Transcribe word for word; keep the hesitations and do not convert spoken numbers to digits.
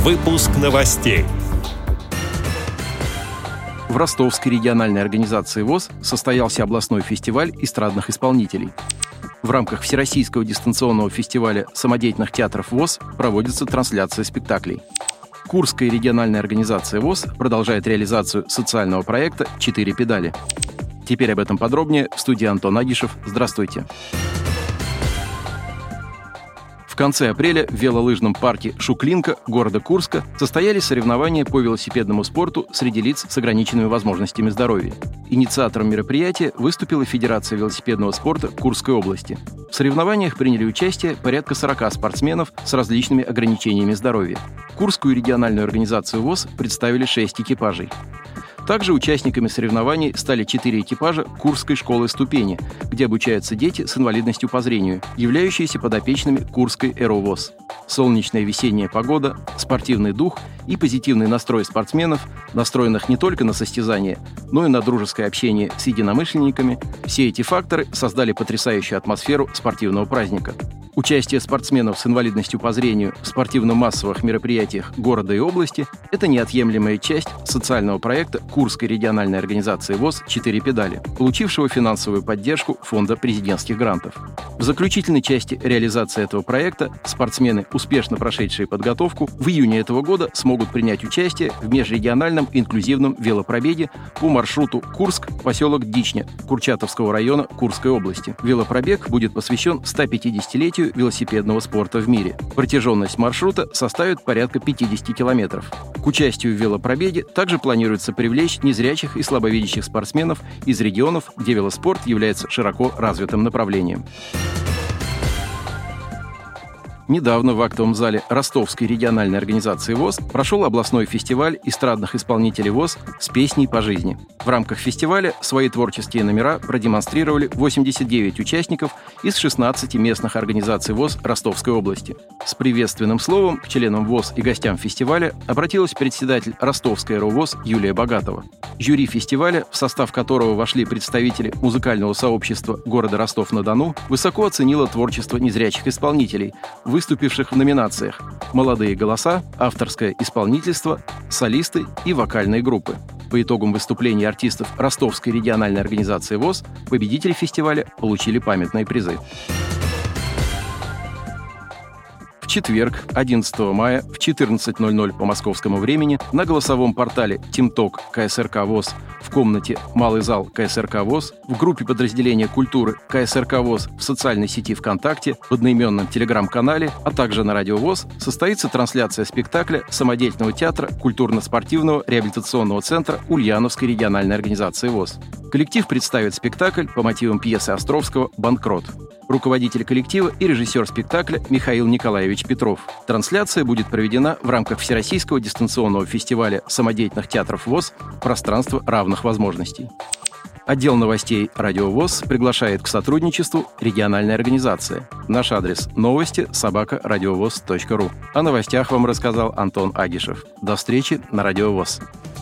Выпуск новостей. В Ростовской региональной организации ВОС состоялся областной фестиваль эстрадных исполнителей. В рамках Всероссийского дистанционного фестиваля самодеятельных театров ВОС проводится трансляция спектаклей. Курская региональная организация ВОС продолжает реализацию социального проекта «Четыре педали». Теперь об этом подробнее. В студии Антон Агишев. Здравствуйте. В конце апреля в велолыжном парке «Шуклинка» города Курска состоялись соревнования по велосипедному спорту среди лиц с ограниченными возможностями здоровья. Инициатором мероприятия выступила Федерация велосипедного спорта Курской области. В соревнованиях приняли участие порядка сорока спортсменов с различными ограничениями здоровья. Курскую региональную организацию ВОС представили шесть экипажей. Также участниками соревнований стали четыре экипажа Курской школы ступени, где обучаются дети с инвалидностью по зрению, являющиеся подопечными Курской эр о ВОС. Солнечная весенняя погода, спортивный дух и позитивный настрой спортсменов, настроенных не только на состязание, но и на дружеское общение с единомышленниками, все эти факторы создали потрясающую атмосферу спортивного праздника. Участие спортсменов с инвалидностью по зрению в спортивно-массовых мероприятиях города и области – это неотъемлемая часть социального проекта Курской региональной организации ВОС «Четыре педали», получившего финансовую поддержку Фонда президентских грантов. В заключительной части реализации этого проекта спортсмены, успешно прошедшие подготовку, в июне этого года смогут принять участие в межрегиональном инклюзивном велопробеге по маршруту Курск, поселок Дичня, Курчатовского района Курской области. Велопробег будет посвящен ста пятидесятилетию велосипедного спорта в мире. Протяженность маршрута составит порядка пятидесяти километров. К участию в велопробеге также планируется привлечь незрячих и слабовидящих спортсменов из регионов, где велоспорт является широко развитым направлением. Недавно в актовом зале Ростовской региональной организации ВОС прошел областной фестиваль эстрадных исполнителей ВОС с песней по жизни. В рамках фестиваля свои творческие номера продемонстрировали восемьдесят девять участников из шестнадцати местных организаций ВОС Ростовской области. С приветственным словом к членам ВОС и гостям фестиваля обратилась председатель Ростовской эр о ВОС Юлия Богатова. Жюри фестиваля, в состав которого вошли представители музыкального сообщества города Ростов-на-Дону, высоко оценило творчество незрячих исполнителей, выступивших в номинациях «Молодые голоса», «Авторское исполнительство», «Солисты» и «Вокальные группы». По итогам выступлений артистов Ростовской региональной организации ВОС победители фестиваля получили памятные призы. В четверг, одиннадцатого мая в четырнадцать ноль ноль по московскому времени на голосовом портале ТимТок ка эс эр ка ВОС, в комнате «Малый зал» ка эс эр ка ВОС, в группе подразделения культуры ка эс эр ка ВОС в социальной сети ВКонтакте, в одноименном телеграм-канале, а также на радио ВОС состоится трансляция спектакля самодеятельного театра культурно-спортивного реабилитационного центра Ульяновской региональной организации ВОС. Коллектив представит спектакль по мотивам пьесы Островского «Банкрот». Руководитель коллектива и режиссер спектакля Михаил Николаевич Петров. Трансляция будет проведена в рамках Всероссийского дистанционного фестиваля самодеятельных театров ВОС «Пространство равных возможностей». Отдел новостей «Радио ВОС» приглашает к сотрудничеству региональной организации. Наш адрес – новости собака радиовоз точка ру. О новостях вам рассказал Антон Агишев. До встречи на Радио ВОС.